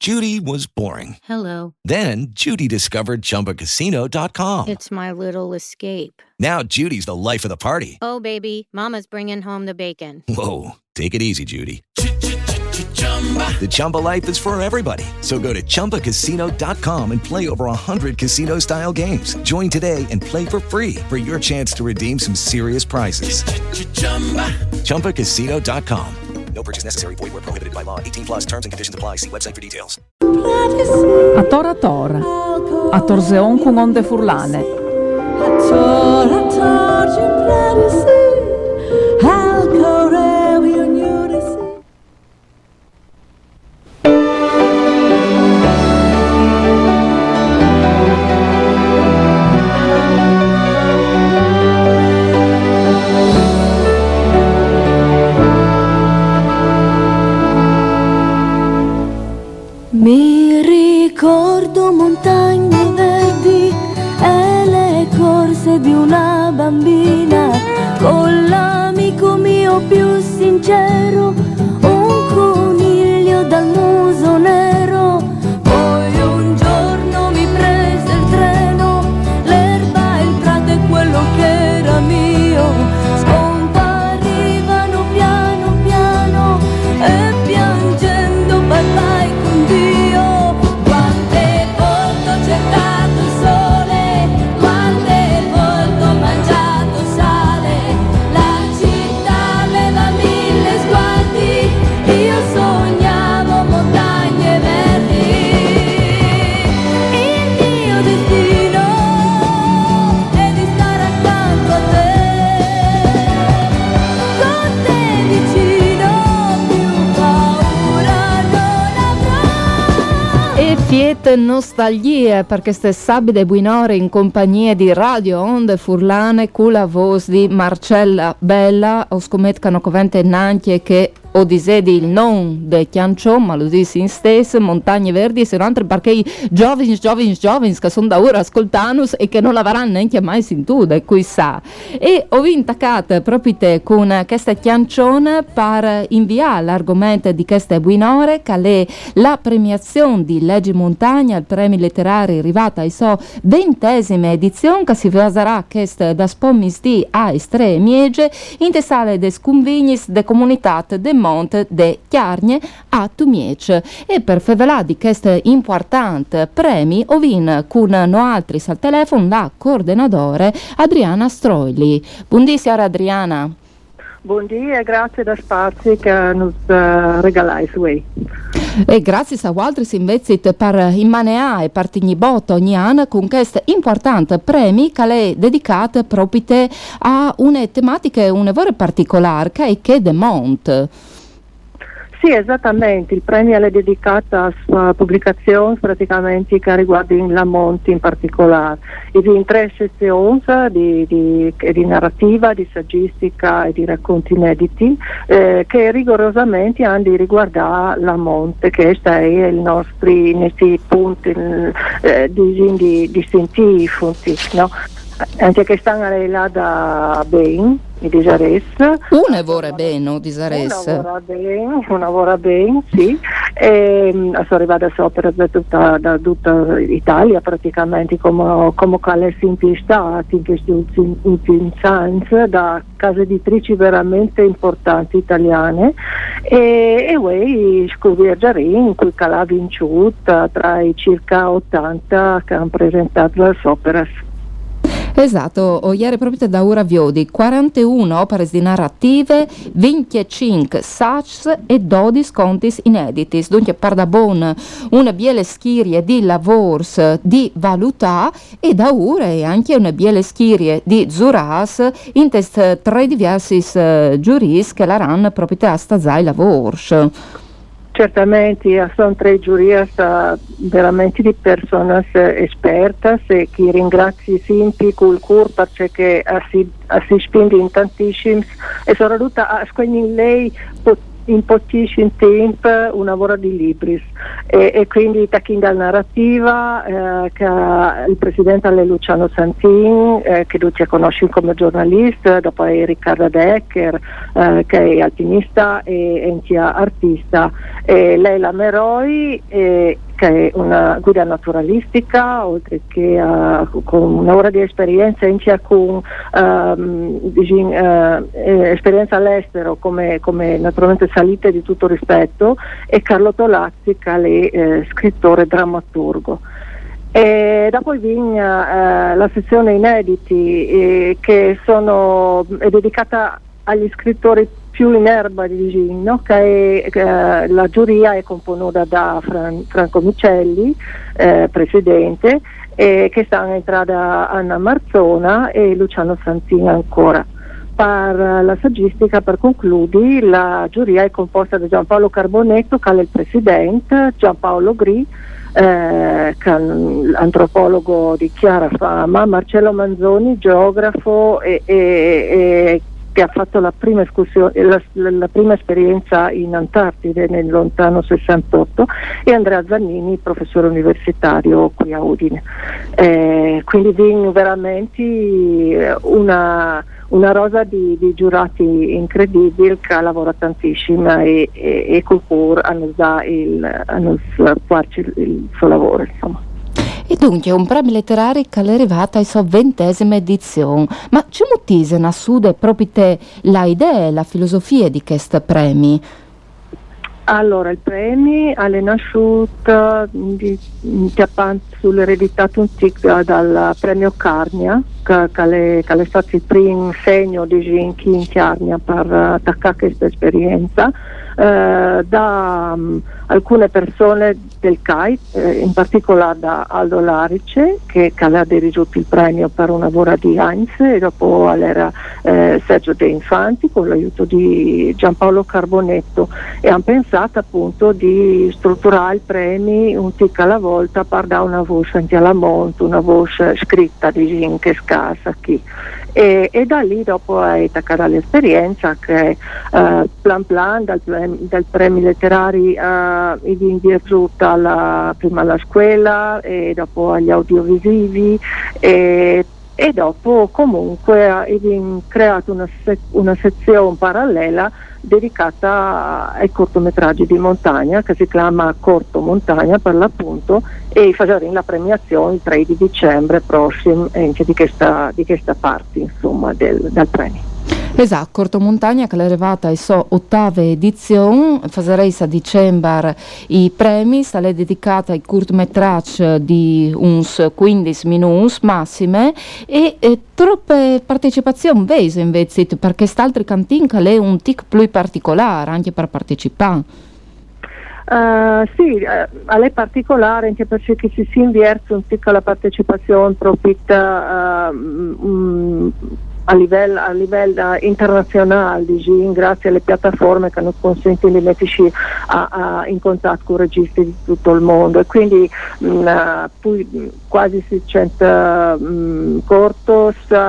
Judy was boring. Hello. Then Judy discovered ChumbaCasino.com. It's my little escape. Now Judy's the life of the party. Oh, baby, mama's bringing home the bacon. Whoa, take it easy, Judy. The Chumba life is for everybody. So go to ChumbaCasino.com and play over 100 casino-style games. Join today and play for free for your chance to redeem some serious prizes. ChumbaCasino.com. No purchase necessary. Void where prohibited by law. 18 plus terms and conditions apply. See website for details. A tora, a Torseon con onde furlane. Mi ricordo montagne verdi e le corse di una bambina con l'amico mio più sincero, un coniglio dal muso nero. Poi un giorno mi prese il treno, l'erba, il prato e quello che era mio scomparivano piano piano e piangendo bye bye con Dio. Quante volte ho cercato il sole, quante volte ho mangiato sale, la città aveva mille sguardi, io sognavo montagne verdi. Il mio destino è di stare accanto a te, con te vicino più paura non avrò. E fiete nostalgie per queste sabide buinore in compagnia di Radio Onde Furlane con la voce di Marcella Bella. O scommettono covente nanche che o disedi il non de Chianciò, ma lo disse in stesso, Montagne Verdi, e sono altri perché i giovani che sono da ora ascoltanus e che non l'avranno neanche mai sentito, qui sa. E ho intaccato proprio te con questa Chiancione per inviare l'argomento di queste buinore, che è la premiazione di Leggi Montagna, il premio letterario arrivata ai suo 20ª edizione, che si farà da spomisti a Estre Miege, in te sale de Scunvignis de Comunitat de Monte de Chiargne a Tumiec. E per fevelà di questo importante premi ovin con no altri al telefono la coordinatore Adriana Stroili. Buongiorno Adriana. Buongiorno e grazie da spazi che nos regalai su voi. E grazie a Waltris invece per immaneà e partigniboto ogni anno con questo importante premio che è dedicato proprio a una tematica un vero particolare che è de Mont. Sì, esattamente, il premio è dedicato a pubblicazioni praticamente che riguardano la Monte in particolare. E in 3 sezioni di narrativa, di saggistica e di racconti inediti che rigorosamente hanno di riguardare la Monte, che è i nostri punti distintivi, no? Anche che stanno là da ben di Disares. Una vorrà bene, o Disares? Una vorrà bene, sì. E sono arrivata sopra da tutta Italia praticamente, come quale sempre stati in questi ultimi anni, da case editrici veramente importanti italiane. E voi scoprire in cui ha vinciuta tra i circa 80 che hanno presentato le opere. Esatto, ieri proprio da ora viodi 41 opere di narrative, 25 sags e 12 contis ineditis. Dunque per da bon una biele schirie di lavors di valutà e da ora anche una biele schirie di zuras in test 3 diversi giuris che la ran proprio a stazai lavors. Certamente, sono 3 giurie veramente di persone esperte e che ringrazio sempre col cuore perché si spinge in tantissimi e soprattutto a lei in pochissimo tempo un lavoro di libri e quindi tacchina la narrativa che il presidente è Luciano Santin, che tutti conoscono come giornalista, dopo è Riccardo Decker che è alpinista e anche artista, e Leila Meroi che è una guida naturalistica, oltre che con un'ora di esperienza anche con esperienza all'estero come naturalmente salite di tutto rispetto, e Carlo Tolazzi che è scrittore e drammaturgo. E dopo la sezione inediti che è dedicata agli scrittori più in erba di Gino, che la giuria è composta da Franco Micelli, presidente, e che sta in entrata Anna Marzona e Luciano Santin ancora. Per la saggistica, per concludi, la giuria è composta da Giampaolo Carbonetto, che è il presidente, Giampaolo Gri, che è antropologo di chiara fama, Marcello Manzoni, geografo e che ha fatto la prima esperienza in Antartide nel lontano 68, e Andrea Zannini, professore universitario qui a Udine. Quindi veramente una rosa di giurati incredibili che lavora tantissimo e con cui hanno fatto il suo lavoro, insomma. E dunque un premio letterario che è arrivato alla sua 20ª edizione. Ma ci mutise a sud proprio te la idea e la filosofia di questi premi? Allora, il premio è nasciuto sull'eredità dal premio Carnia, che è stato il primo segno di Ginchi in Carnia per attaccare questa esperienza, da alcune persone del CAI, in particolare da Aldo Larice, che ha dirigito il premio per una lavoro di Heinz, e dopo era Sergio De Infanti con l'aiuto di Giampaolo Carbonetto, e hanno pensato appunto di strutturare i premi un tic alla volta per dare una voce anche alla monte, una voce scritta di gente scarsa qui. E da lì dopo è attaccata l'esperienza che plan dal premio letterari in virtù prima alla scuola e dopo agli audiovisivi e dopo comunque abbiamo creato una sezione parallela dedicata ai cortometraggi di montagna, che si chiama Corto Montagna per l'appunto, e faremo la premiazione il 3 di dicembre prossimo anche di questa parte, insomma, dal premio. Esatto, Corto Montagna che è arrivata alla sua 8ª edizione, farei a dicembre i premi, sarà dedicata ai cortometraggi di uns 15 minuti massime e troppe partecipazioni vese invece, perché quest'altro cantin che è un tic più particolare anche per partecipare. Sì, è particolare anche perché si inverte un tic alla partecipazione proprio a livello internazionale, grazie alle piattaforme che hanno consentito di metterci in contatto con registi di tutto il mondo, e quindi quasi 600 cortos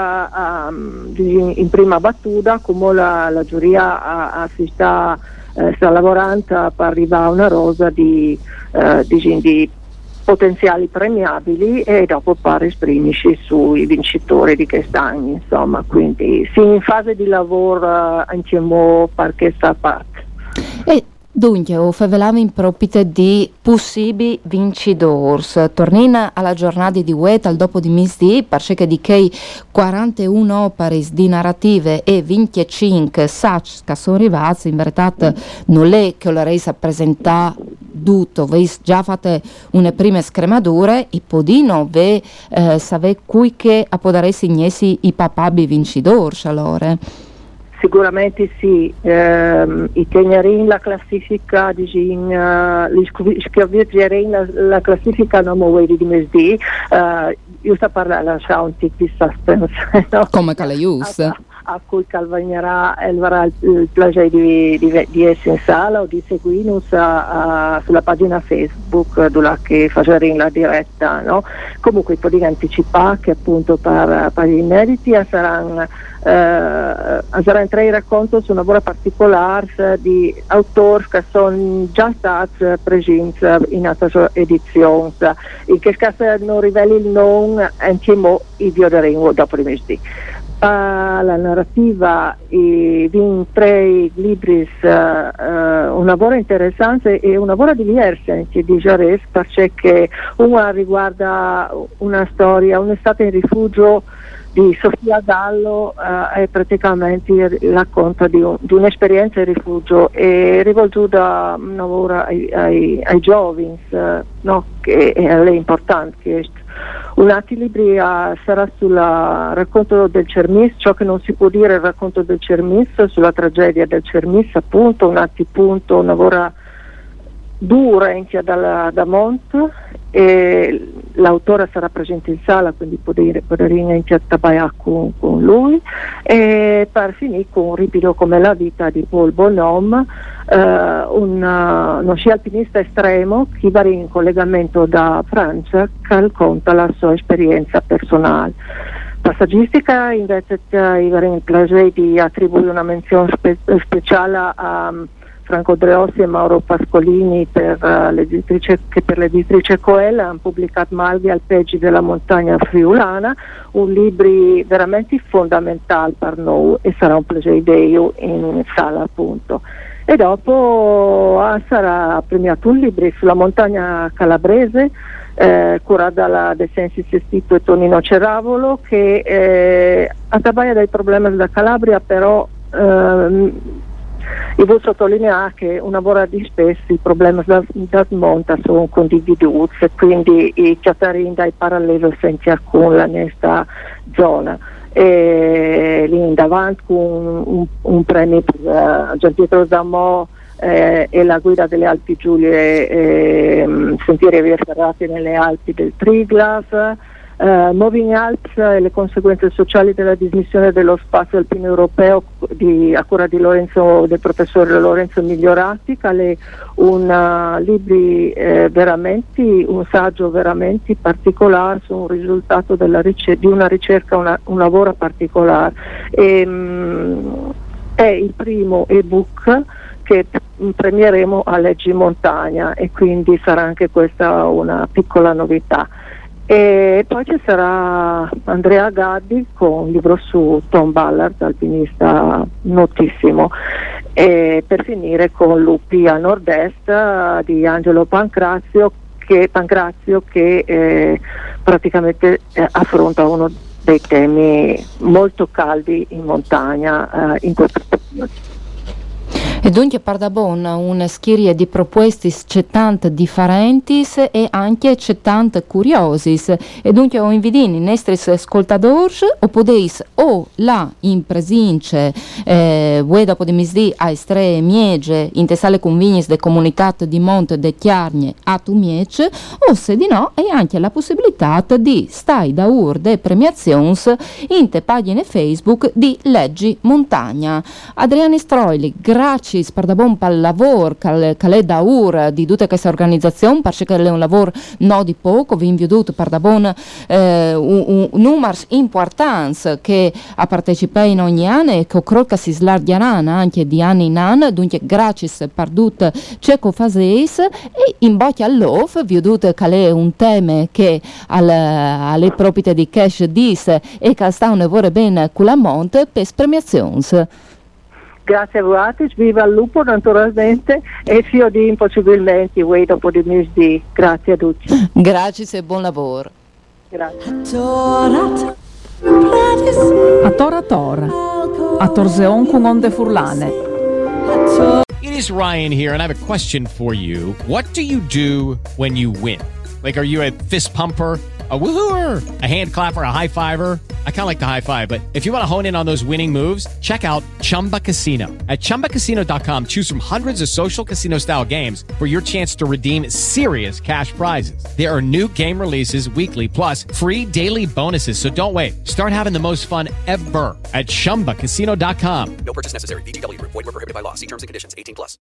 in prima battuta, come la giuria sta lavorando per arrivare a una rosa di potenziali premiabili, e dopo per esprimerci sui vincitori di quest'anno, insomma, quindi sì, in fase di lavoro anche mo per questa parte. E dunque, o favelava in propite di possibili vincitori. Tornina alla giornata di Wet al dopo di misdì, perché di che 41 opere di narrative e 25 sac che sono arrivati, in verità non è che lo resa presentare tutto, voi già fate una prime scremature, i podino ve save cui che a podare segnesi i papabili vincitori allora. Sicuramente sì, i tegnerin la classifica di la classifica non muovevi di mesdì, io sto parlando lasciare un tic di suspense, no? Come che le use? a cui calvagnerà il piacere di essere in sala o di seguirci sulla pagina Facebook dove che faremo la diretta, no? Comunque posso anticipare che appunto per gli inediti saranno tre racconti su una lavoro particolare di autori che sono già stati presenti in altre edizioni. In che caso non riveli il nome, anche i violeremo dopo il mesi. La narrativa in tre libri, un lavoro interessante e un lavoro diverso anche di Jaurès, perché una riguarda una storia, un'estate in rifugio di Sofia Gallo, è praticamente racconta di un'esperienza in rifugio e rivolta un lavoro ai giovani, no? Che è importante. Un altro libro sarà sul racconto del Cermis, ciò che non si può dire il racconto del Cermis, sulla tragedia del Cermis, appunto, un altro punto, una lavora dura anche da Monte, e l'autore sarà presente in sala, quindi potremo anche trattare con lui, e per finire con un ripido come la vita di Paul Bonhomme, uno sci alpinista estremo che va in collegamento da Francia, che racconta la sua esperienza personale. Passaggistica invece avremo il piacere di attribuire una menzione speciale a Franco Dreossi e Mauro Pascolini per l'editrice Coel hanno pubblicato Malvi alpeggi della montagna friulana, un libro veramente fondamentale per noi e sarà un piacere di io in sala appunto. E dopo sarà premiato un libro sulla montagna calabrese curato dalla De Sensi Sestito e Tonino Ceravolo, che attabaglia dai problemi della Calabria, però e vuol sottolineare che una volta di spesso i problemi da monta sono condivisi, quindi i chiatarini dai parallelo senza alcuna in questa zona. E lì in davanti con un premio per Gianpietro Zamò e la guida delle Alpi Giulie, sentieri via ferrati nelle Alpi del Triglav. Moving Alps e le conseguenze sociali della dismissione dello spazio alpino europeo a cura del professore Lorenzo Migliorati, che è un libro veramente, un saggio veramente particolare su un risultato di una ricerca, un lavoro particolare. È il primo ebook che premieremo a Leggi Montagna e quindi sarà anche questa una piccola novità. E poi ci sarà Andrea Gaddi con un libro su Tom Ballard, alpinista notissimo, e per finire con Lupi a nord-est di Angelo Pancrazio che praticamente affronta uno dei temi molto caldi in montagna in questo periodo. E dunque Pardabon una serie di proposte c'è tante differenti e anche c'è tante curiosis e dunque ho invitato i nostri ascoltatori o potete o là in presenza voi dopo di misdì a Estre Miege in tesale convegnis de comunità di Monte de Chiargne a Tumiece o se di no hai anche la possibilità di stai da de premiazioni in te pagine Facebook di Leggi Montagna. Adriani Stroili, grazie Pardabon per il lavoro che è da ora di tutta questa organizzazione, perché è un lavoro non di poco, vi invito Pardabon un numero importante che ha partecipato in ogni anno e che credo che si slargheranno anche di anno in anno, dunque grazie per tutto ciò che fate e in bocca all'off vi ho detto che è un tema che alle proprietà di cash disse e che sta un lavoro bene con la monte per premiazioni. Grazie a voi, viva il lupo naturalmente e fio di impossibilmente voi dopo di misdì. Grazie a tutti. Grazie e buon lavoro. Grazie. A Tora Tora, a Torseon con onde furlane. It is Ryan here and I have a question for you. What do you do when you win? Like, are you a fist pumper? A woohooer, a hand clapper, a high fiver. I kind of like the high five, but if you want to hone in on those winning moves, check out Chumba Casino. At ChumbaCasino.com, choose from hundreds of social casino style games for your chance to redeem serious cash prizes. There are new game releases weekly, plus free daily bonuses. So don't wait. Start having the most fun ever at ChumbaCasino.com. No purchase necessary. VGW Group. Void where prohibited by law. See terms and conditions. 18+.